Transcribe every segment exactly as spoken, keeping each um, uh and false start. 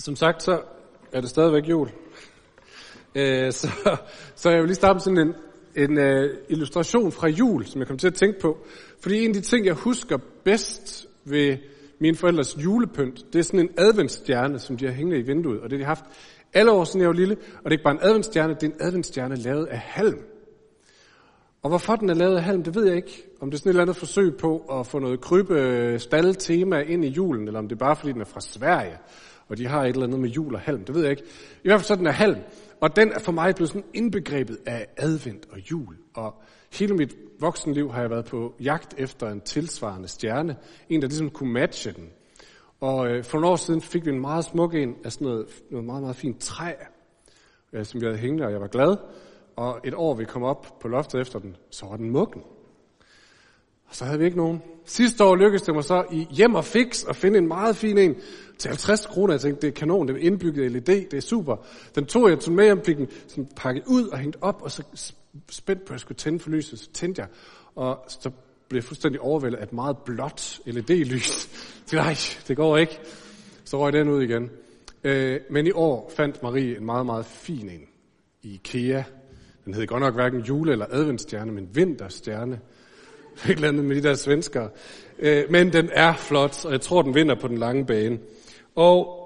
Som sagt, så er det stadigvæk jul. Øh, så, så jeg vil lige starte med sådan en, en uh, illustration fra jul, som jeg kom til at tænke på. Fordi en af de ting, jeg husker bedst ved mine forældres julepynt, det er sådan en adventsstjerne, som de har hængende i vinduet. Og det har de haft alle år, siden jeg var lille. Og det er ikke bare en adventsstjerne, det er en adventsstjerne lavet af halm. Og hvorfor den er lavet af halm, det ved jeg ikke. Om det er sådan et eller andet forsøg på at få noget krybe staldtema ind i julen, eller om det er bare fordi den er fra Sverige, og de har et eller andet med jul og halm, det ved jeg ikke. I hvert fald så den er halm, og den er for mig blevet sådan indbegrebet af advent og jul. Og hele mit voksenliv har jeg været på jagt efter en tilsvarende stjerne, en der ligesom kunne matche den. Og øh, for nogle år siden fik vi en meget smuk en af sådan noget, noget meget, meget fint træ, øh, som vi havde hængende, og jeg var glad. Og et år vi kom op på loftet efter den, så var den muggen. Og så havde vi ikke nogen. Sidste år lykkedes det mig så i hjem og fix at finde en meget fin en til halvtreds kroner. Jeg tænkte, det er kanon, det er indbygget L E D, det er super. Den tog jeg, tog med hjem, fik den sådan pakket ud og hængt op, og så spændt på, at jeg skulle tænde for lyset. Så tændte jeg, og så blev jeg fuldstændig overvældet af et meget blåt L E D-lys. Så nej, det går ikke. Så røg den ud igen. Men i år fandt Marie en meget, meget fin en i IKEA. Den hed godt nok hverken jule- eller adventsstjerne, men vinterstjerne. Et eller andet med de der svenskere. Øh, men den er flot, og jeg tror, den vinder på den lange bane. Og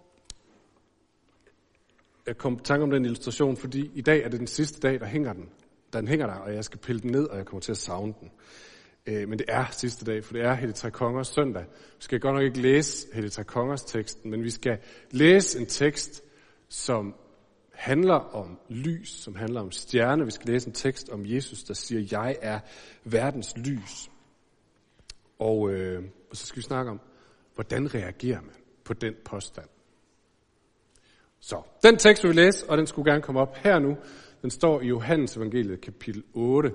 jeg kom i tanke om den illustration, fordi i dag er det den sidste dag, der hænger den. Den hænger der, og jeg skal pille den ned, og jeg kommer til at savne den. Øh, men det er sidste dag, for det er Hellig Tre Kongers søndag. Vi skal godt nok ikke læse Hellig Tre Kongers teksten, men vi skal læse en tekst, som handler om lys, som handler om stjerne. Vi skal læse en tekst om Jesus, der siger, jeg er verdens lys. Og, øh, og så skal vi snakke om, hvordan reagerer man på den påstand. Så, den tekst vil vi læse, og den skulle gerne komme op her nu. Den står i Johannes evangeliet, kapitel otte.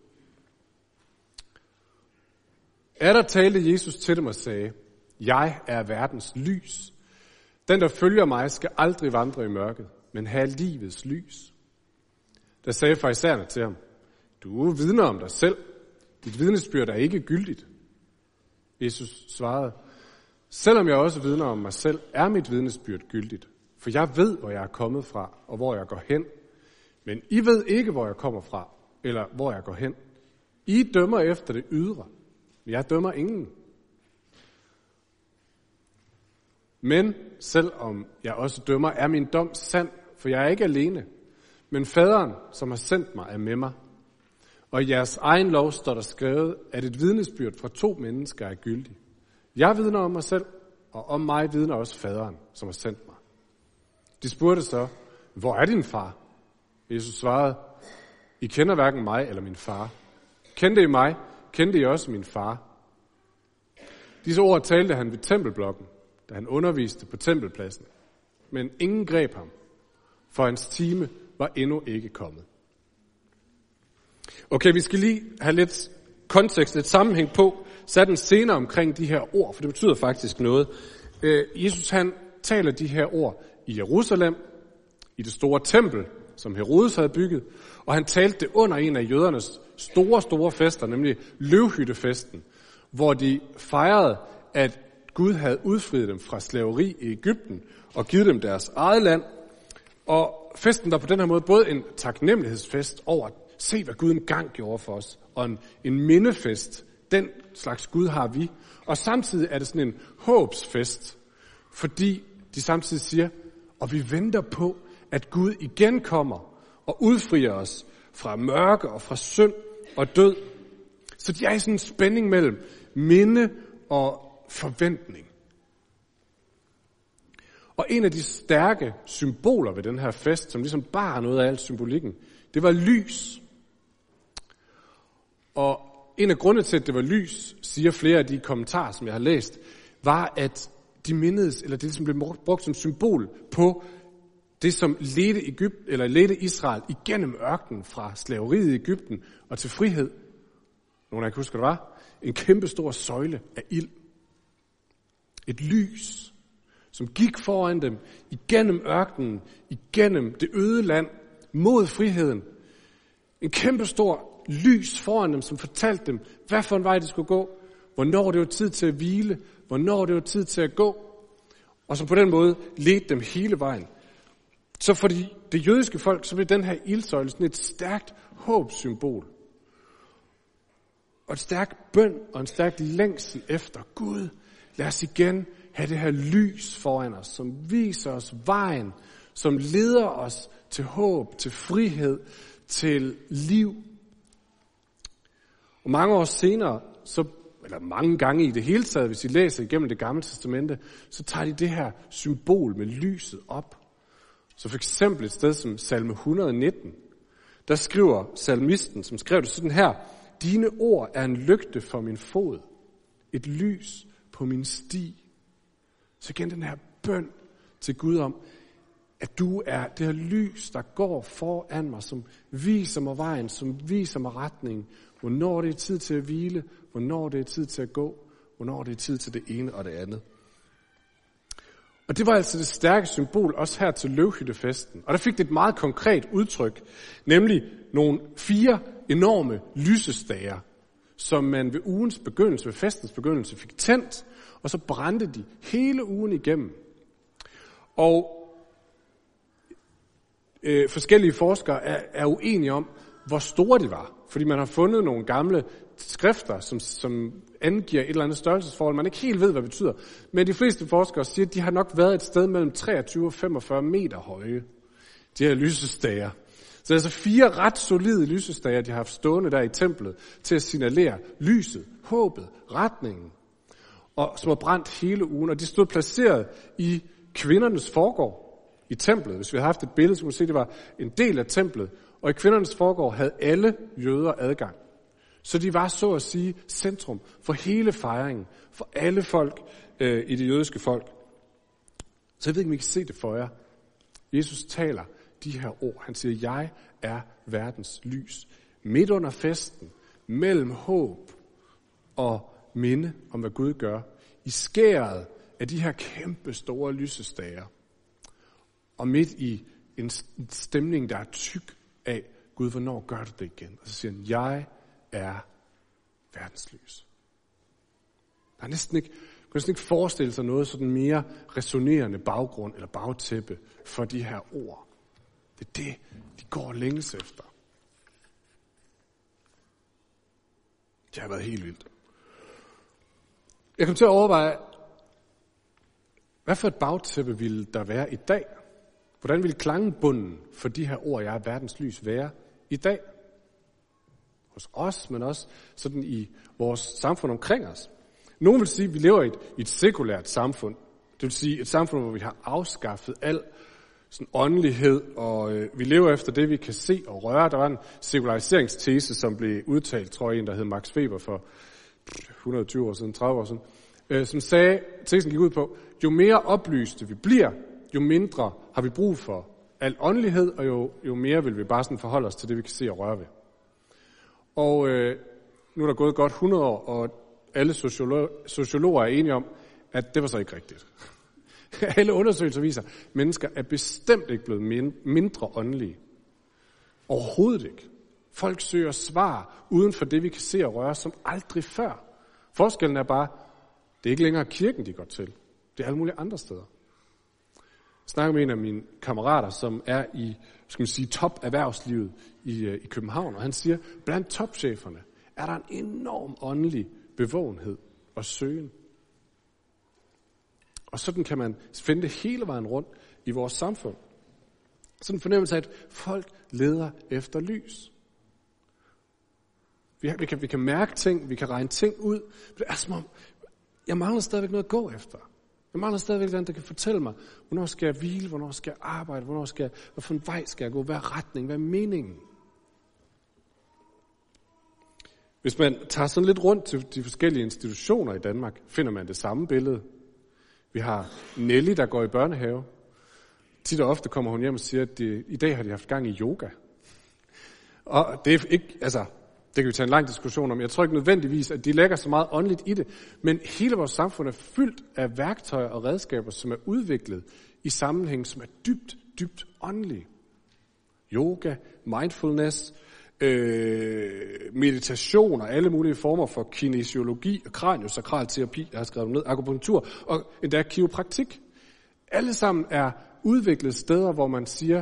Er der talte Jesus til dem og sagde, jeg er verdens lys. Den, der følger mig, skal aldrig vandre i mørket, men have livets lys. Der sagde farisæerne til ham, du vidner om dig selv. Dit vidnesbyrd er ikke gyldigt. Jesus svarede, selvom jeg også vidner om mig selv, er mit vidnesbyrd gyldigt. For jeg ved, hvor jeg er kommet fra, og hvor jeg går hen. Men I ved ikke, hvor jeg kommer fra, eller hvor jeg går hen. I dømmer efter det ydre, men jeg dømmer ingen. Men selvom jeg også dømmer, er min dom sand, for jeg er ikke alene. Men faderen, som har sendt mig, er med mig. Og i jeres egen lov står der skrevet, at et vidnesbyrd fra to mennesker er gyldigt. Jeg vidner om mig selv, og om mig vidner også faderen, som har sendt mig. De spurgte så, hvor er din far? Jesus svarede, I kender hverken mig eller min far. Kendte I mig, kendte I også min far. Disse ord talte han ved tempelblokken, da han underviste på tempelpladsen. Men ingen greb ham, for hans time var endnu ikke kommet. Okay, vi skal lige have lidt kontekst, lidt sammenhæng på, sat en scene omkring de her ord, for det betyder faktisk noget. Øh, Jesus han taler de her ord i Jerusalem, i det store tempel, som Herodes havde bygget, og han talte det under en af jødernes store, store fester, nemlig løvhyttefesten, hvor de fejrede, at Gud havde udfriet dem fra slaveri i Egypten og givet dem deres eget land. Og festen var på den her måde både en taknemmelighedsfest over at se, hvad Gud engang gjorde for os, og en, en mindefest. Den slags Gud har vi. Og samtidig er det sådan en håbsfest, fordi de samtidig siger, og vi venter på, at Gud igen kommer og udfrier os fra mørke og fra synd og død. Så de er i sådan en spænding mellem minde og forventning. Og en af de stærke symboler ved den her fest, som ligesom bar noget af alt symbolikken, det var lys. Og en af grundene til, at det var lys, siger flere af de kommentarer, som jeg har læst, var, at de mindedes, eller det ligesom blev brugt som symbol på det, som ledte, Egypt, eller ledte Israel igennem ørkenen fra slaveriet i Egypten og til frihed. Nogle af jer kan huske, hvad det var? En kæmpe stor søjle af ild. Et lys, som gik foran dem igennem ørkenen, igennem det øde land, mod friheden. En kæmpe stor lys foran dem, som fortalte dem, hvad for en vej de skulle gå, hvornår det var tid til at hvile, hvornår det var tid til at gå. og som på den måde ledte dem hele vejen. Så for de, det jødiske folk, så blev den her ildsøjle sådan et stærkt håbssymbol. Og et stærkt bøn og en stærk længsel efter Gud. Lad os igen have det her lys foran os, som viser os vejen, som leder os til håb, til frihed, til liv. Og mange år senere, så, eller mange gange i det hele taget, hvis I læser igennem det gamle testamente, så tager de det her symbol med lyset op. Så for eksempel et sted som salme et hundrede nitten, der skriver salmisten, som skrev det sådan her: dine ord er en lygte for min fod, et lys på min sti. Så igen den her bøn til Gud om, at du er det her lys, der går foran mig, som viser mig vejen, som viser mig retningen. Hvornår det er tid til at hvile, hvornår det er tid til at gå, hvornår det er tid til det ene og det andet. Og det var altså det stærke symbol også her til løvhyttefesten. Og der fik det et meget konkret udtryk, nemlig nogle fire enorme lysestager, som man ved ugens begyndelse, ved festens begyndelse, fik tændt, og så brændte de hele ugen igennem. Og øh, forskellige forskere er, er uenige om, hvor store de var. Fordi man har fundet nogle gamle skrifter, som, som angiver et eller andet størrelsesforhold, man ikke helt ved, hvad det betyder. Men de fleste forskere siger, at de har nok været et sted mellem treogtyve og femogfyrre meter høje, de her lysestager. Så altså fire ret solide lysestager, de har haft stående der i templet, til at signalere lyset, håbet, retningen, og som har brændt hele ugen. Og de stod placeret i kvindernes forgård i templet. Hvis vi havde haft et billede, så kunne vi se, at det var en del af templet. Og i kvindernes forgård havde alle jøder adgang. Så de var så at sige centrum for hele fejringen, for alle folk øh, i det jødiske folk. Så jeg ved ikke, om I kan se det for jer. Jesus taler de her ord. Han siger, jeg er verdens lys. Midt under festen, mellem håb og minde om, hvad Gud gør. I skæret af de her kæmpe store lysestager. Og midt i en stemning, der er tyk af, Gud, hvornår gør du det igen? Og så siger han, jeg er verdens lys. Der er næsten ikke, man kan næsten ikke forestille sig noget sådan mere resonerende baggrund eller bagtæppe for de her ord. Det er det, de går længes efter. Det har været helt vildt. Jeg kom til at overveje, hvad for et bagtæppe ville der være i dag? Hvordan ville klangebunden for de her ord, jeg er verdens lys, være i dag? Hos os, men også sådan i vores samfund omkring os. Nogen vil sige, at vi lever i et, i et sekulært samfund. Det vil sige et samfund, hvor vi har afskaffet al sådan åndelighed, og øh, vi lever efter det, vi kan se og røre. Der var en sekulariseringstese, som blev udtalt, tror jeg, en, der hed Max Weber for et hundrede og tyve år siden, tredive år siden, øh, som sagde, tesen gik ud på, jo mere oplyste vi bliver, jo mindre har vi brug for al åndelighed, og jo, jo mere vil vi bare sådan forholde os til det, vi kan se og røre ved. Og øh, nu er der gået godt hundrede år, og alle sociolo- sociologer er enige om, at det var så ikke rigtigt. Alle undersøgelser viser, at mennesker er bestemt ikke blevet min- mindre åndelige. Overhovedet ikke. Folk søger svar uden for det, vi kan se og røre, som aldrig før. Forskellen er bare, det er ikke længere kirken, de går til. Det er alle mulige andre steder. Jeg snakker med en af mine kammerater, som er i skal man sige, top erhvervslivet i, i København, og han siger, blandt topcheferne er der en enorm åndelig bevågenhed og søgen. Og sådan kan man finde det hele vejen rundt i vores samfund. Sådan en fornemmelse af, at folk leder efter lys. Vi, vi, kan, vi kan mærke ting, vi kan regne ting ud. Det er som om, jeg mangler stadigvæk noget at gå efter. Jeg mangler stadigvæk den, der kan fortælle mig, hvornår skal jeg hvile, hvornår skal jeg arbejde, hvornår skal jeg, hvad for en vej skal jeg gå, hvad er retning, hvad er meningen? Hvis man tager sådan lidt rundt til de forskellige institutioner i Danmark, finder man det samme billede. Vi har Nelly, der går i børnehave. Tit og ofte kommer hun hjem og siger, at de, i dag har de haft gang i yoga. Og det er ikke, altså, det kan vi tage en lang diskussion om. Jeg tror ikke nødvendigvis, at de lægger så meget åndeligt i det. Men hele vores samfund er fyldt af værktøjer og redskaber, som er udviklet i sammenhæng, som er dybt, dybt åndelige. Yoga, mindfulness, øh, meditation og alle mulige former for kinesiologi og kraniosakralterapi, jeg har skrevet ned, akupunktur og endda kiropraktik. alle sammen er udviklet steder, hvor man siger,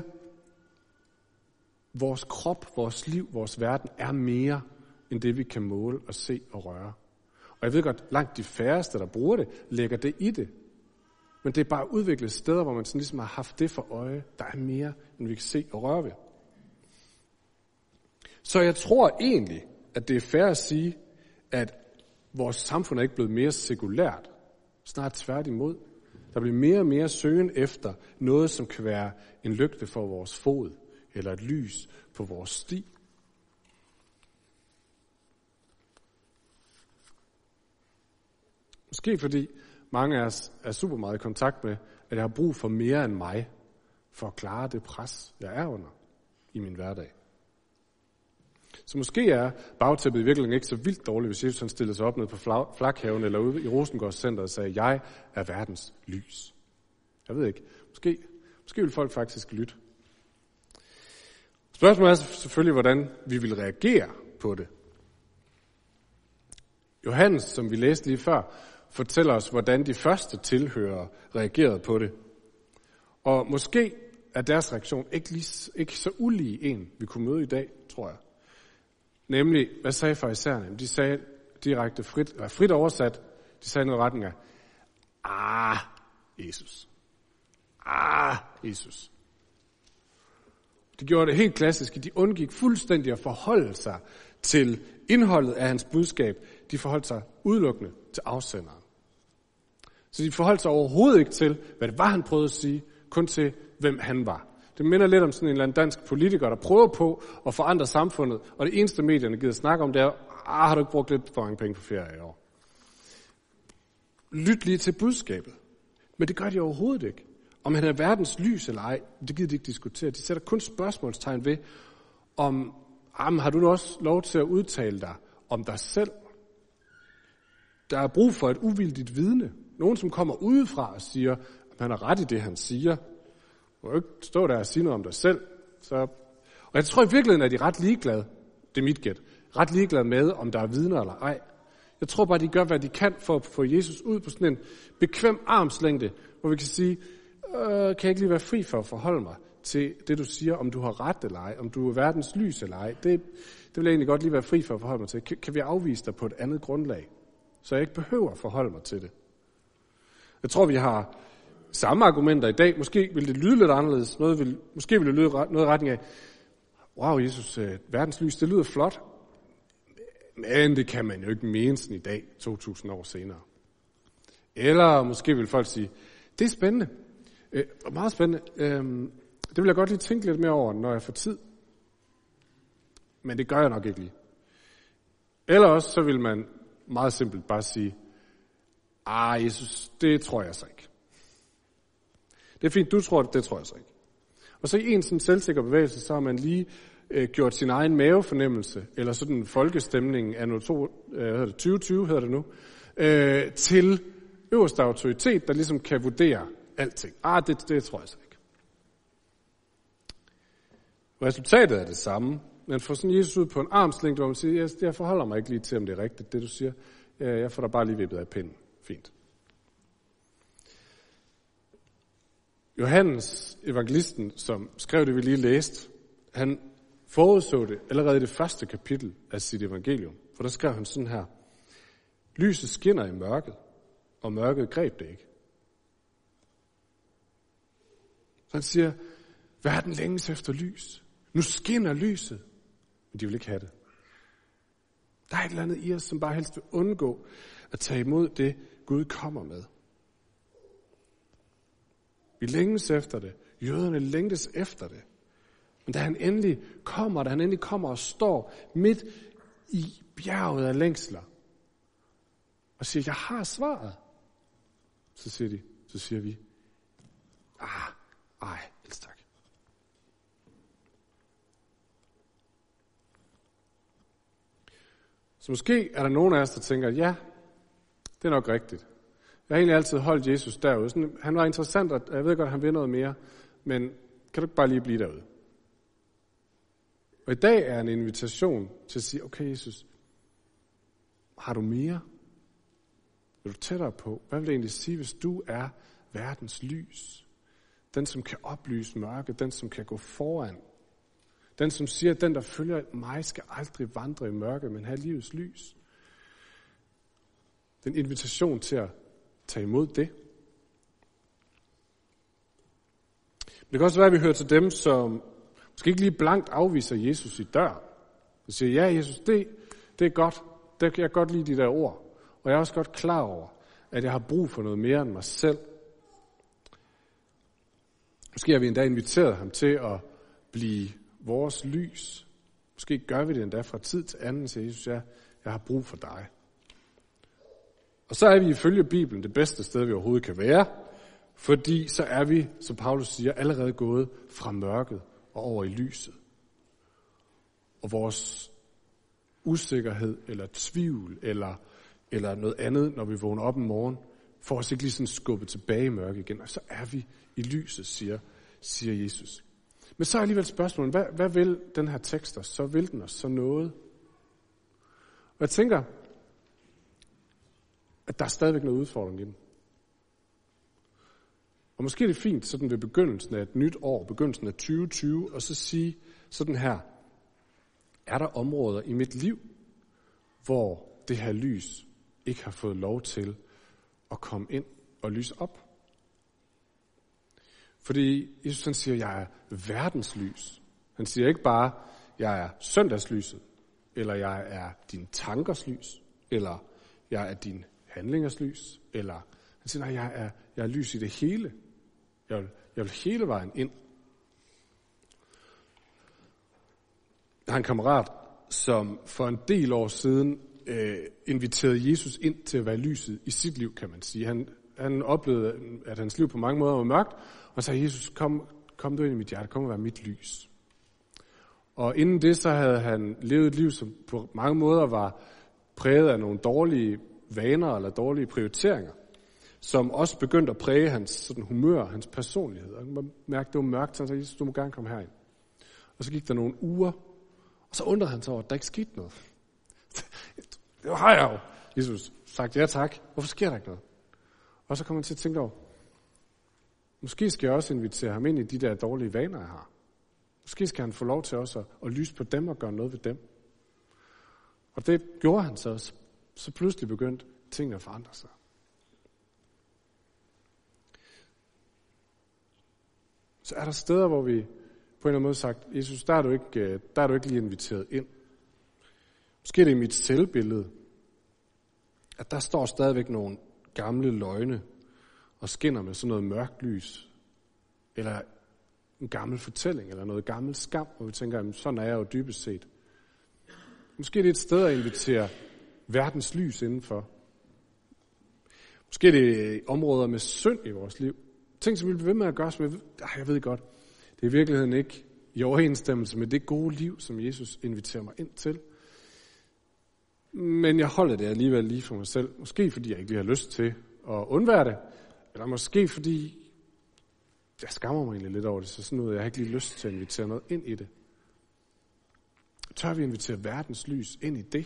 vores krop, vores liv, vores verden er mere end det, vi kan måle og se og røre. Og jeg ved godt, langt de færreste, der bruger det, lægger det i det. Men det er bare udviklet steder, hvor man sådan ligesom har haft det for øje. Der er mere, end vi kan se og røre ved. Så jeg tror egentlig, at det er fair at sige, at vores samfund er ikke blevet mere sekulært. Snart tværtimod. Der bliver mere og mere søgen efter noget, som kan være en lygte for vores fod, eller et lys på vores sti. Måske fordi mange af os er super meget i kontakt med, at jeg har brug for mere end mig, for at klare det pres, jeg er under i min hverdag. Så måske er bagtæppet i virkeligheden ikke så vildt dårligt, hvis Jesus han stillede sig op nede på Flakhaven eller ude i Rosengårdscenteret og sagde, jeg er verdens lys. Jeg ved ikke. Måske, måske vil folk faktisk lytte. Spørgsmålet er selvfølgelig, hvordan vi vil reagere på det. Johannes, som vi læste lige før, fortæller os, hvordan de første tilhørere reagerede på det. Og måske er deres reaktion ikke, lige, ikke så ulige en, vi kunne møde i dag, tror jeg. Nemlig, hvad sagde farisæerne? De sagde direkte frit, frit oversat, de sagde noget i retning af, ah, Jesus. Ah, Jesus. De gjorde det helt klassisk. De undgik fuldstændig at forholde sig til indholdet af hans budskab. De forholdt sig udelukkende til afsenderen. Så de forholdt sig overhovedet ikke til, hvad det var, han prøvede at sige, kun til, hvem han var. Det minder lidt om sådan en eller anden dansk politiker, der prøver på at forandre samfundet, og det eneste medierne gider snakke om, det er, ah, har du ikke brugt lidt for mange penge på ferie i år? Lyt lige til budskabet. Men det gør de overhovedet ikke. Om han er verdens lys eller ej, det gider de ikke diskutere. De sætter kun spørgsmålstegn ved, om jamen, har du også lov til at udtale dig om dig selv? Der er brug for et uvildigt vidne. Nogen, som kommer udefra og siger, at han har ret i det, han siger. Du må ikke stå der og sige noget om dig selv. Så... Og jeg tror i virkeligheden, at de er ret ligeglade, det er mit gæt, ret ligeglade med, om der er vidner eller ej. Jeg tror bare, de gør, hvad de kan for at få Jesus ud på sådan en bekvem armslængde, hvor vi kan sige, øh, kan jeg ikke lige være fri for at forholde mig til det, du siger, om du har ret eller ej, om du er verdens lys eller ej. Det, det vil jeg egentlig godt lige være fri for at forholde mig til. Kan, kan vi afvise dig på et andet grundlag, så jeg ikke behøver at forholde mig til det? Jeg tror, vi har samme argumenter i dag. Måske vil det lyde lidt anderledes. Noget vil, måske vil det lyde noget i retning af, wow, Jesus, øh, verdens lys, det lyder flot. Men det kan man jo ikke mene sådan i dag, to tusind år senere. Eller måske vil folk sige, det er spændende. Øh, meget spændende. Øh, det vil jeg godt lige tænke lidt mere over, når jeg får tid. Men det gør jeg nok ikke lige. Eller også så vil man meget simpelt bare sige, ah, Jesus, det tror jeg så ikke. Det er fint, du tror det, det tror jeg så ikke. Og så i en sådan selvsikker bevægelse, så har man lige øh, gjort sin egen mavefornemmelse, eller sådan en folkestemning af noget øh, tyve tyve hedder det nu, øh, til øverste autoritet, der ligesom kan vurdere alting. Ah, det, det tror jeg så ikke. Resultatet er det samme. Man får sådan Jesus ud på en armslængde, hvor man siger, jeg, jeg forholder mig ikke lige til, om det er rigtigt, det du siger. Jeg får dig bare lige vippet af pinden. Fint. Johannes, evangelisten, som skrev det, vi lige læste, han forudså det allerede i det første kapitel af sit evangelium. For der skrev han sådan her, lyset skinner i mørket, og mørket greb det ikke. Så han siger, verden længes efter lys. Nu skinner lyset, men de vil ikke have det. Der er et eller andet i os, som bare helst vil undgå at tage imod det, Gud kommer med. Vi længes efter det. Jøderne længtes efter det. Men da han endelig kommer, da han endelig kommer og står midt i bjerget af længsler, og siger, jeg har svaret, så siger de, så siger vi, ah, ej, helst tak. Så måske er der nogen af os, der tænker, ja, det er nok rigtigt. Jeg har egentlig altid holdt Jesus derude. Sådan, han var interessant, og jeg ved godt, at han vil noget mere, men kan du ikke bare lige blive derude? Og i dag er en invitation til at sige, okay Jesus, har du mere? Vil du tættere på? Hvad vil det egentlig sige, hvis du er verdens lys. Den, som kan oplyse mørket. Den, som kan gå foran. Den, som siger, at den, der følger mig, skal aldrig vandre i mørket, men have livets lys. Det er en invitation til at tage imod det. Men det kan også være, at vi hører til dem, som måske ikke lige blankt afviser Jesus i dør. Og siger, ja Jesus, det, det er godt. Det kan jeg godt lide de der ord. Og jeg er også godt klar over, at jeg har brug for noget mere end mig selv. Måske har vi endda inviteret ham til at blive vores lys. Måske gør vi det endda fra tid til anden, siger Jesus, ja, jeg har brug for dig. Og så er vi ifølge Bibelen det bedste sted, vi overhovedet kan være, fordi så er vi, som Paulus siger, allerede gået fra mørket og over i lyset. Og vores usikkerhed eller tvivl eller, eller noget andet, når vi vågner op en morgen, får os ikke lige sådan skubbet tilbage i mørket igen, og så er vi i lyset, siger, siger Jesus. Men så er alligevel spørgsmålet, hvad, hvad vil den her tekst os? Så vil den os så noget? Og jeg tænker, at der er stadigvæk noget udfordring i den. Og måske er det fint sådan ved begyndelsen af et nyt år, begyndelsen af tyve tyve, og så sige sådan her, er der områder i mit liv, hvor det her lys ikke har fået lov til at komme ind og lyse op? Fordi Jesus han siger, jeg er verdens lys. Han siger ikke bare, jeg er søndagslyset, eller jeg er din tankers lys, eller jeg er din handlingers lys, eller han siger, nej, jeg er, jeg er lys i det hele. Jeg vil, jeg vil hele vejen ind. Jeg har en kammerat, som for en del år siden øh, inviterede Jesus ind til at være lyset i sit liv, kan man sige. Han, han oplevede, at hans liv på mange måder var mørkt, og sagde, Jesus, kom, kom du ind i mit hjerte, kom og vær mit lys. Og inden det, så havde han levet et liv, som på mange måder var præget af nogle dårlige vaner eller dårlige prioriteringer, som også begyndte at præge hans sådan, humør, hans personlighed. Og man mærkte, det var mørkt, så han sagde, Jesus, du må gerne komme herind. Og så gik der nogle uger, og så undrede han sig over, at der ikke skete noget. Det har jeg jo, Jesus, sagt ja tak. Hvorfor sker der ikke noget? Og så kom han til at tænke over, måske skal jeg også invitere ham ind i de der dårlige vaner, jeg har. Måske skal han få lov til også at, at lyse på dem og gøre noget ved dem. Og det gjorde han så også. Så pludselig begyndte tingene at forandre sig. Så er der steder, hvor vi på en eller anden måde sagt, Jesus, der er du ikke, der er du ikke lige inviteret ind. Måske er det i mit selvbillede, at der står stadigvæk nogle gamle løgne og skinner med sådan noget mørkt lys. Eller en gammel fortælling, eller noget gammel skam, hvor vi tænker, jamen, sådan er jeg jo dybest set. Måske er det et sted at invitere verdens lys indenfor. Måske er det områder med synd i vores liv. Ting, som vi bliver ved med at gøre, som jeg ved, jeg ved godt, det er i virkeligheden ikke i overensstemmelse med det gode liv, som Jesus inviterer mig ind til. Men jeg holder det alligevel lige for mig selv. Måske fordi jeg ikke lige har lyst til at undvære det. Eller måske fordi jeg skammer mig egentlig lidt over det. Så sådan noget, jeg har ikke lige lyst til at invitere noget ind i det. Tør vi invitere verdens lys ind i det?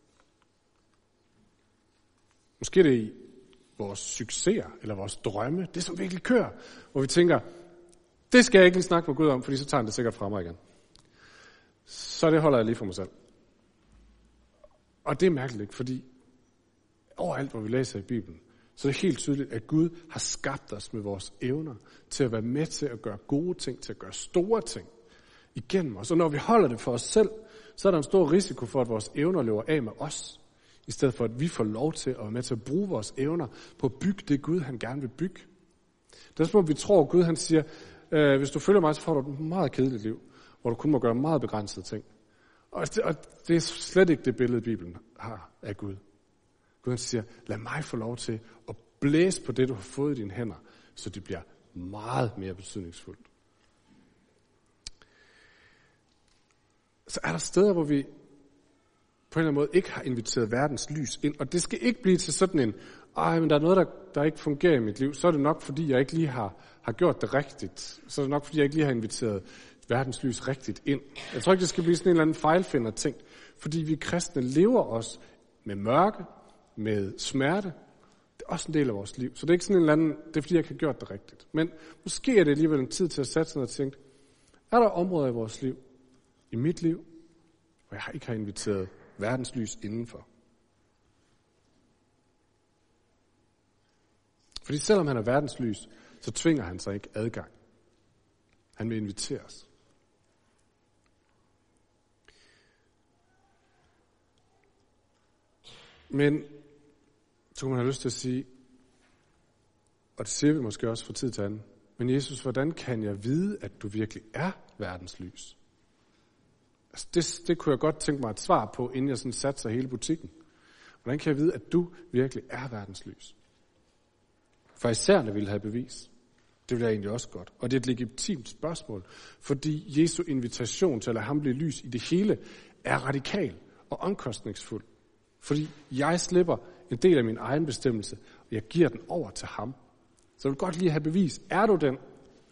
Måske er det i vores succeser, eller vores drømme, det som virkelig kører, hvor vi tænker, det skal jeg ikke lige snakke med Gud om, fordi så tager han det sikkert fra mig igen. Så det holder jeg lige for mig selv. Og det er mærkeligt ikke, fordi overalt, hvor vi læser i Bibelen, så er det helt tydeligt, at Gud har skabt os med vores evner til at være med til at gøre gode ting, til at gøre store ting igennem os. Og når vi holder det for os selv, så er der en stor risiko for, at vores evner løber af med os, i stedet for at vi får lov til at være med til at bruge vores evner på at bygge det Gud, han gerne vil bygge. Det er som om vi tror, at Gud han siger, øh, hvis du følger mig, så får du et meget kedeligt liv, hvor du kun må gøre meget begrænsede ting. Og det, og det er slet ikke det billede, Bibelen har af Gud. Gud han siger, lad mig få lov til at blæse på det, du har fået i dine hænder, så det bliver meget mere betydningsfuldt. Så er der steder, hvor vi på en eller anden måde ikke har inviteret verdens lys ind, og det skal ikke blive til sådan en, ej, men der er noget, der, der ikke fungerer i mit liv, så er det nok, fordi jeg ikke lige har, har gjort det rigtigt. Så er det nok, fordi jeg ikke lige har inviteret verdens lys rigtigt ind. Jeg tror ikke, det skal blive sådan en eller anden fejlfinder ting, fordi vi kristne lever også med mørke, med smerte, Det er også en del af vores liv. Så det er ikke sådan en eller anden, det er fordi, jeg ikke har gjort det rigtigt. Men måske er det alligevel en tid til at sætte sig ned og tænke, er der områder i vores liv, i mit liv, hvor jeg ikke har inviteret verdens lys indenfor? Fordi selvom han er verdens lys, så tvinger han sig ikke adgang. Han vil invitere os. Men så kunne man have lyst til at sige, og det siger vi måske også fra tid til anden, men Jesus, hvordan kan jeg vide, at du virkelig er verdens lys? Altså det, det kunne jeg godt tænke mig et svar på, inden jeg sådan satte sig hele butikken. Hvordan kan jeg vide, at du virkelig er verdens lys? For især når vi vil have bevis. Det vil jeg egentlig også godt. Og det er et legitimt spørgsmål, fordi Jesu invitation til at lade ham blive lys i det hele er radikal og omkostningsfuld. Fordi jeg slipper en del af min egen bestemmelse, og jeg giver den over til ham. Så jeg vil godt lige have bevis. Er du den?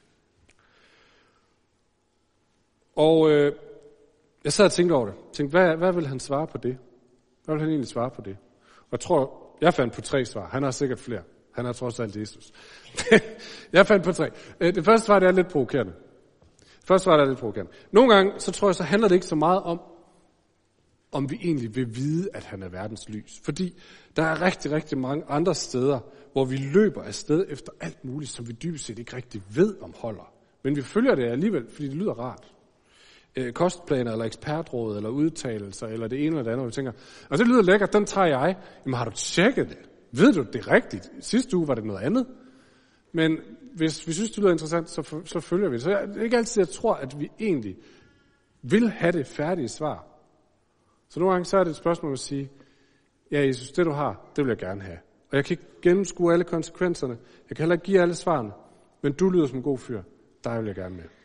Og øh, jeg sad og tænkte over det. Tænkte, hvad, hvad vil han svare på det? Hvad vil han egentlig svare på det? Og jeg tror, jeg fandt på tre svar. Han har sikkert flere. Han er trods alt Jesus. Jeg fandt på tre. Det første svar, det er lidt provokerende. Det første svar, det er lidt provokerende. Nogle gange, så tror jeg, så handler det ikke så meget om, om vi egentlig vil vide, at han er verdens lys. Fordi der er rigtig, rigtig mange andre steder, hvor vi løber afsted efter alt muligt, som vi dybest set ikke rigtig ved om holder. Men vi følger det alligevel, fordi det lyder rart. Øh, kostplaner, eller ekspertråd, eller udtalelser, eller det ene eller det andet, hvor vi tænker, og det lyder lækkert, den tager jeg. Jamen har du tjekket det? Ved du, det er rigtigt? Sidste uge var det noget andet. Men hvis vi synes, det lyder interessant, så, så følger vi det. Så jeg, det er ikke altid, jeg tror, at vi egentlig vil have det færdige svar. Så nogle gange så er det et spørgsmål at sige, ja Jesus, det du har, det vil jeg gerne have. Og jeg kan ikke gennemskue alle konsekvenserne. Jeg kan heller ikke give alle svarene. Men du lyder som en god fyr. Der vil jeg gerne med.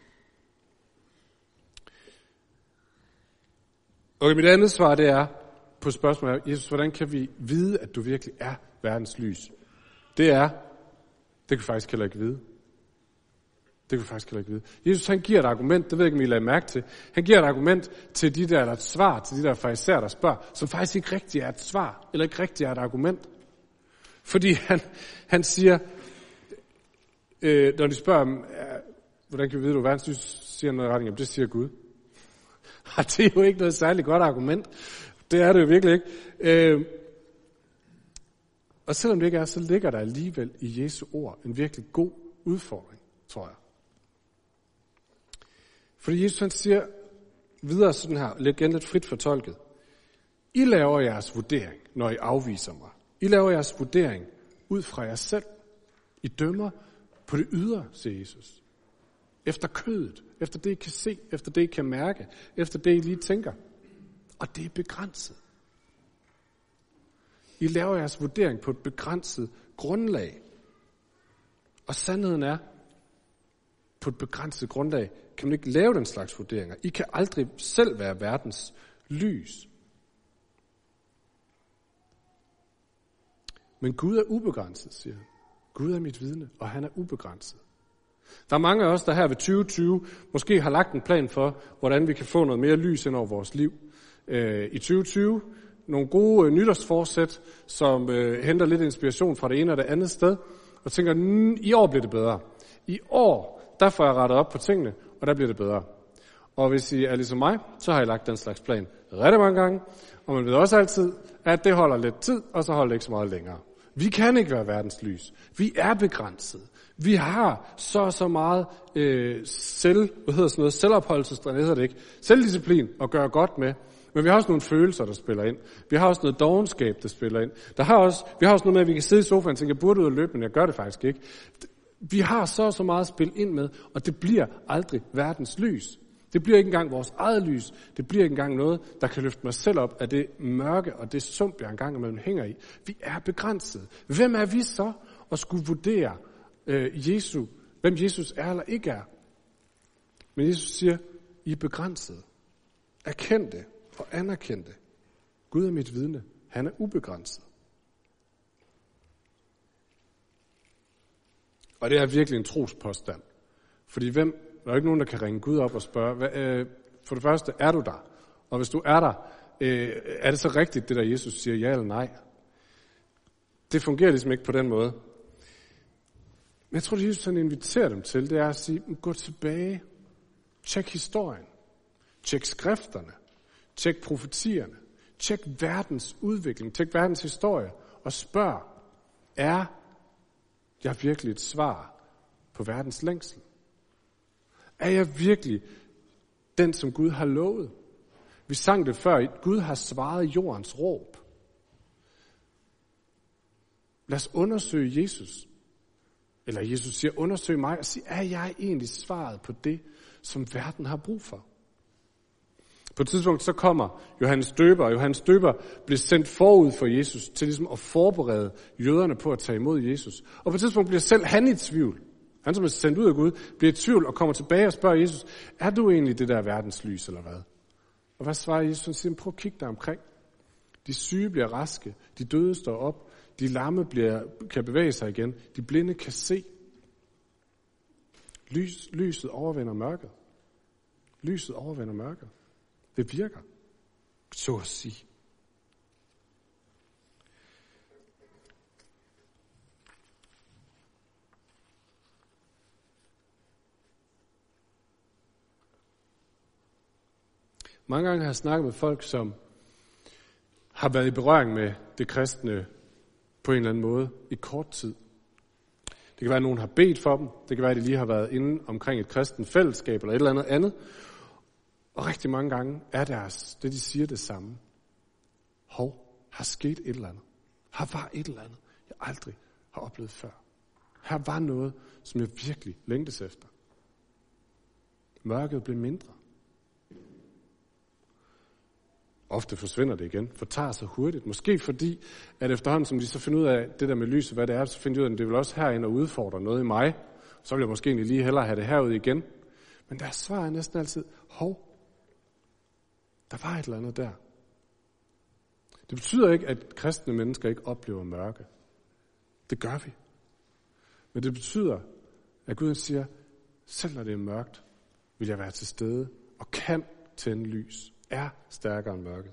Og mit andet svar, det er på spørgsmålet, Jesus, hvordan kan vi vide, at du virkelig er verdens lys? Det er, det kan vi faktisk heller ikke vide. Det kan vi faktisk heller ikke vide. Jesus, han giver et argument, det ved jeg ikke, om I lader mærke til. Han giver et argument til de der, eller et svar til de der farisæer, der spørger, som faktisk ikke rigtig er et svar, eller ikke rigtig er et argument. Fordi han, han siger, øh, når de spørger ham, hvordan kan vi vide, du er verdens lys, siger han noget i retning, det siger Gud. Og det er jo ikke noget særligt godt argument. Det er det jo virkelig ikke. Øh, og selvom det ikke er, så ligger der alligevel i Jesu ord en virkelig god udfordring, tror jeg. Fordi Jesus han siger videre sådan her, lidt igen lidt frit fortolket. I laver jeres vurdering, når I afviser mig. I laver jeres vurdering ud fra jer selv. I dømmer på det ydre, siger Jesus. Efter kødet, efter det I kan se, efter det I kan mærke, efter det I lige tænker. Og det er begrænset. I laver jeres vurdering på et begrænset grundlag. Og sandheden er, på et begrænset grundlag kan man ikke lave den slags vurderinger. I kan aldrig selv være verdens lys. Men Gud er ubegrænset, siger han. Gud er mit vidne, og han er ubegrænset. Der er mange af os, der her ved tyve tyve måske har lagt en plan for, hvordan vi kan få noget mere lys ind over vores liv. Øh, I tyve tyve nogle gode øh, nytårsforsæt, som øh, henter lidt inspiration fra det ene og det andet sted, og tænker, i år bliver det bedre. I år, der får jeg rettet op på tingene, og der bliver det bedre. Og hvis I er ligesom mig, så har I lagt den slags plan rigtig mange gange, og man ved også altid, at det holder lidt tid, og så holder det ikke så meget længere. Vi kan ikke være verdens lys. Vi er begrænset. Vi har så så meget øh, selv, hvad hedder sådan noget, selvopholdelsesdrift, hedder det ikke, selvdisciplin at gøre godt med. Men vi har også nogle følelser, der spiller ind. Vi har også noget dovenskab, der spiller ind. Der har også, vi har også noget med, at vi kan sidde i sofaen og tænke, jeg burde ud og løbe, men jeg gør det faktisk ikke. Vi har så så meget at spille ind med, og det bliver aldrig verdens lys. Det bliver ikke engang vores eget lys. Det bliver ikke engang noget, der kan løfte mig selv op af det mørke og det sump, jeg engang imellem hænger i. Vi er begrænset. Hvem er vi så at skulle vurdere øh, Jesu, hvem Jesus er eller ikke er? Men Jesus siger, I er begrænset. Erkend det og anerkend det. Gud er mit vidne. Han er ubegrænset. Og det er virkelig en trospåstand. Fordi hvem, der er ikke nogen, der kan ringe Gud op og spørge, hvad, øh, for det første, er du der? Og hvis du er der, øh, er det så rigtigt, det der Jesus siger, ja eller nej? Det fungerer ligesom ikke på den måde. Men jeg tror, det Jesus han inviterer dem til, det er at sige, gå tilbage, tjek historien, tjek skrifterne, tjek profetierne, tjek verdens udvikling, tjek verdens historie, og spørg, er jeg virkelig et svar på verdens længsel? Er jeg virkelig den, som Gud har lovet? Vi sang det før, Gud har svaret jordens råb. Lad os undersøge Jesus. Eller Jesus siger, undersøg mig og sig, er jeg egentlig svaret på det, som verden har brug for? På et tidspunkt så kommer Johannes Døber, og Johannes Døber bliver sendt forud for Jesus til ligesom at forberede jøderne på at tage imod Jesus. Og på et tidspunkt bliver selv han i tvivl. Han som er sendt ud af Gud, bliver i tvivl og kommer tilbage og spørger Jesus, er du egentlig det der verdens lys eller hvad? Og hvad svarer Jesus? Han siger, prøv at kigge dig omkring. De syge bliver raske, de døde står op, de lamme bliver, kan bevæge sig igen, de blinde kan se. Lys, lyset overvinder mørket. Lyset overvinder mørket. Det virker, så at sige. Mange gange har jeg snakket med folk, som har været i berøring med det kristne på en eller anden måde i kort tid. Det kan være, at nogen har bedt for dem. Det kan være, at de lige har været inde omkring et kristen fællesskab eller et eller andet andet. Og rigtig mange gange er deres, det de siger det samme. Hov, har sket et eller andet. Her var et eller andet, jeg aldrig har oplevet før. Her var noget, som jeg virkelig længtes efter. Mørket blev mindre. Ofte forsvinder det igen, fortager sig hurtigt. Måske fordi, at efterhånden, som de så finder ud af det der med lys og hvad det er, så finder de ud af, at det vil også herinde og udfordre noget i mig. Så vil jeg måske egentlig lige hellere have det herude igen. Men deres svar er næsten altid, hov, der var et eller andet der. Det betyder ikke, at kristne mennesker ikke oplever mørke. Det gør vi. Men det betyder, at Gud siger, selv når det er mørkt, vil jeg være til stede og kan tænde lys. Er stærkere end mørket.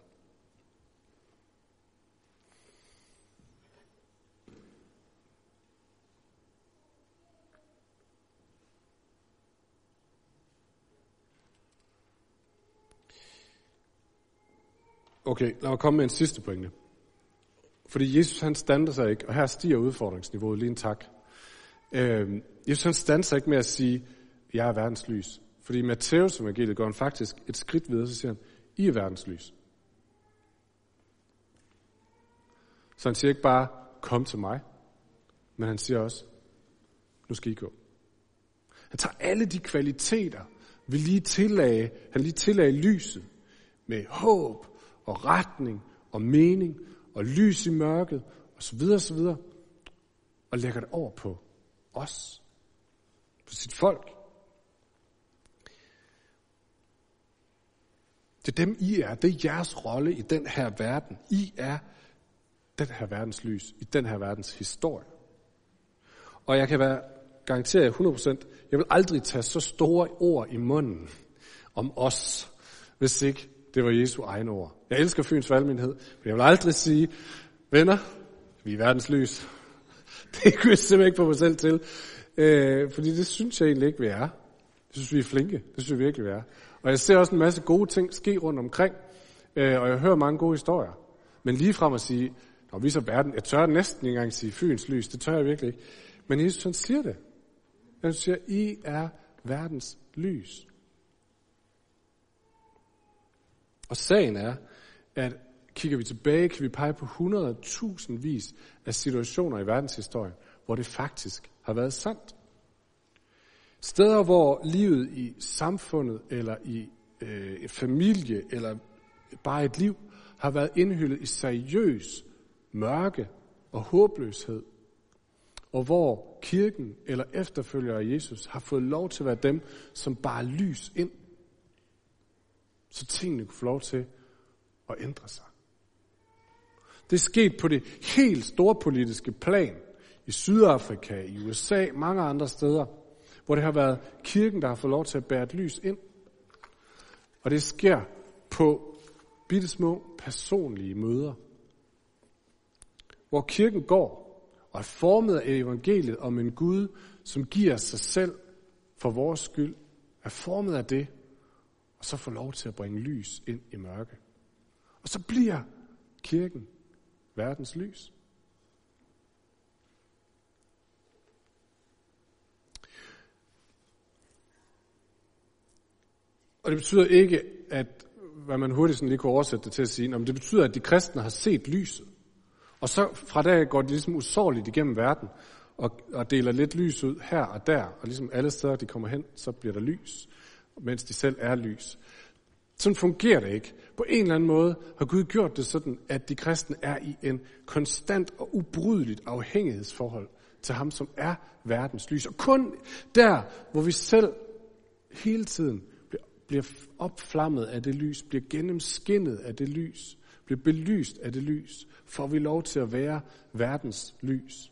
Okay, lad mig komme med en sidste pointe. Fordi Jesus han stander sig ikke, og her stiger udfordringsniveauet lige en tak. Øh, Jesus han stander sig ikke med at sige, jeg er verdens lys. Fordi i Matteus evangeliet går han faktisk et skridt videre, så siger han, I er verdens lys. Så han siger ikke bare, kom til mig, men han siger også, nu skal I gå. Han tager alle de kvaliteter, vi lige tillagde, han lige tillagde lyset, med håb og retning og mening og lys i mørket og så videre, så videre, og lægger det over på os, på sit folk. Det er dem, I er. Det er jeres rolle i den her verden. I er den her verdens lys, i den her verdens historie. Og jeg kan være garanteret hundrede procent, jeg vil aldrig tage så store ord i munden om os, hvis ikke det var Jesu egne ord. Jeg elsker Fyns Valgmenighed, men jeg vil aldrig sige, venner, vi er verdens lys. Det kunne jeg simpelthen ikke få mig selv til, øh, fordi det synes jeg egentlig ikke, vi er. Jeg synes, vi er flinke. Det synes jeg virkelig, vi er. Og jeg ser også en masse gode ting ske rundt omkring, øh, og jeg hører mange gode historier. Men lige frem at sige, når vi så verden, jeg tør næsten ikke engang sige Fyns lys, det tør jeg virkelig ikke. Men Jesus han siger det. Han siger, I er verdens lys. Og sagen er, at kigger vi tilbage, kan vi pege på hundrede tusindvis af situationer i verdenshistorien, hvor det faktisk har været sandt. Steder, hvor livet i samfundet, eller i øh, familie, eller bare et liv, har været indhyllet i seriøs mørke og håbløshed. Og hvor kirken eller efterfølgere af Jesus har fået lov til at være dem, som bare lys ind. Så tingene kunne få lov til at ændre sig. Det er sket på det helt store politiske plan. I Sydafrika, i U S A, mange andre steder. Hvor det har været kirken, der har fået lov til at bære et lys ind. Og det sker på bittesmå personlige møder. Hvor kirken går, og er formet af evangeliet om en Gud, som giver sig selv for vores skyld, er formet af det, og så får lov til at bringe lys ind i mørke. Og så bliver kirken verdens lys. Og det betyder ikke, at hvad man hurtigt sådan lige kunne oversætte det til at sige, men det betyder, at de kristne har set lyset. Og så fra der går de ligesom usårligt igennem verden, og, og deler lidt lys ud her og der, og ligesom alle steder, de kommer hen, så bliver der lys, mens de selv er lys. Sådan fungerer det ikke. På en eller anden måde har Gud gjort det sådan, at de kristne er i en konstant og ubrydeligt afhængighedsforhold til ham, som er verdens lys. Og kun der, hvor vi selv hele tiden bliver, bliver opflammet af det lys, bliver gennemskinnet af det lys, bliver belyst af det lys, får vi lov til at være verdens lys.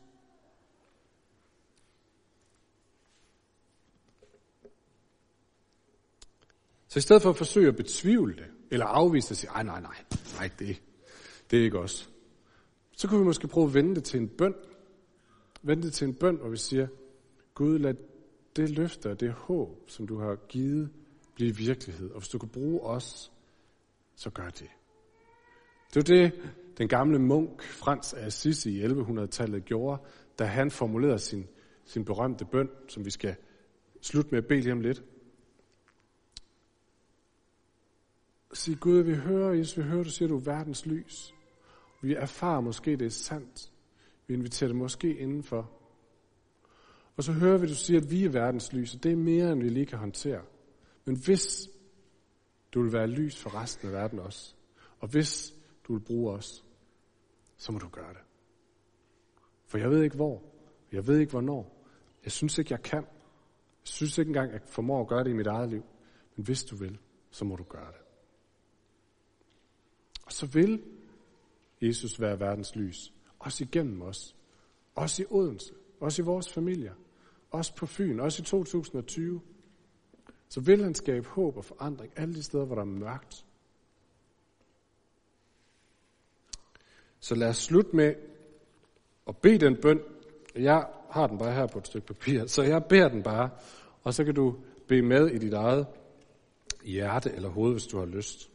Så i stedet for at forsøge at betvivle det, eller afvise det og sige, nej, nej, nej, nej, det, det er ikke os, så kunne vi måske prøve at vende det til en bøn. Vende det til en bøn, hvor vi siger, Gud, lad det løfte og det håb, som du har givet, blive virkelighed. Og hvis du kan bruge os, så gør det. Det var det, den gamle munk Frans af Assisi i ellevehundredetallet gjorde, da han formulerede sin, sin berømte bøn, som vi skal slutte med at bede lige om lidt. Sig, Gud, vi hører, Jesus, vi hører, du siger, du er verdens lys. Vi erfarer måske, det er sandt. Vi inviterer det måske indenfor. Og så hører vi, du siger, at vi er verdens lys, og det er mere, end vi lige kan håndtere. Men hvis du vil være lys for resten af verden også, og hvis du vil bruge os, så må du gøre det. For jeg ved ikke hvor, jeg ved ikke hvornår. Jeg synes ikke, jeg kan. Jeg synes ikke engang, jeg formår at gøre det i mit eget liv. Men hvis du vil, så må du gøre det. Og så vil Jesus være verdens lys. Også igennem os. Også i Odense. Også i vores familier. Også på Fyn. Også i to tusind og tyve. Så vil han skabe håb og forandring alle de steder, hvor der er mørkt. Så lad os slutte med at bede den bøn. Jeg har den bare her på et stykke papir, så jeg beder den bare. Og så kan du bede med i dit eget hjerte eller hoved, hvis du har lyst.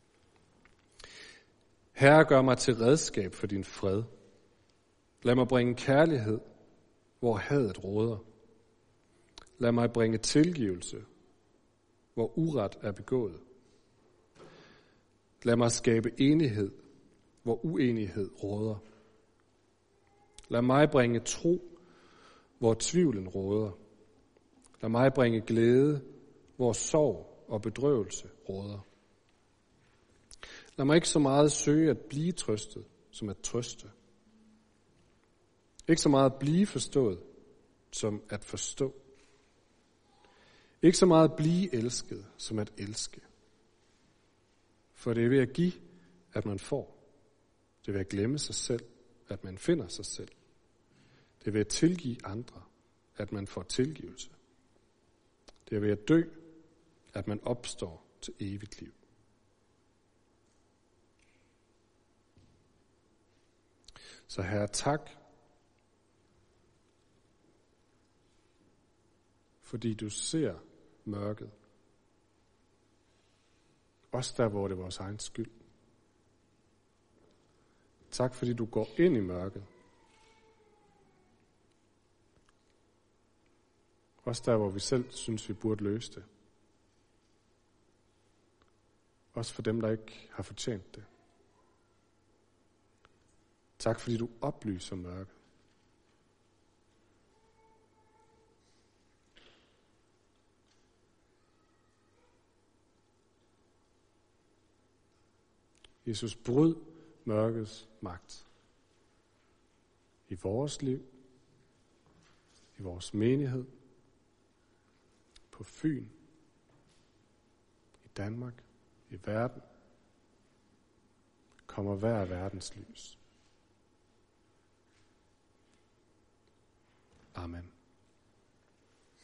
Herre, gør mig til redskab for din fred. Lad mig bringe kærlighed, hvor hadet råder. Lad mig bringe tilgivelse, hvor uret er begået. Lad mig skabe enighed, hvor uenighed råder. Lad mig bringe tro, hvor tvivlen råder. Lad mig bringe glæde, hvor sorg og bedrøvelse råder. Lad mig ikke så meget søge at blive trøstet, som at trøste. Ikke så meget at blive forstået, som at forstå. Ikke så meget at blive elsket, som at elske. For det er ved at give, at man får. Det er ved at glemme sig selv, at man finder sig selv. Det er ved at tilgive andre, at man får tilgivelse. Det er ved at dø, at man opstår til evigt liv. Så Herre, tak, fordi du ser mørket. Også der, hvor det er vores egen skyld. Tak, fordi du går ind i mørket. Også der, hvor vi selv synes, vi burde løse det. Også for dem, der ikke har fortjent det. Tak, fordi du oplyser mørket. Jesus, bryd mørkets magt i vores liv, i vores menighed, på Fyn, i Danmark, i verden. Kommer hver verdens lys. Amen.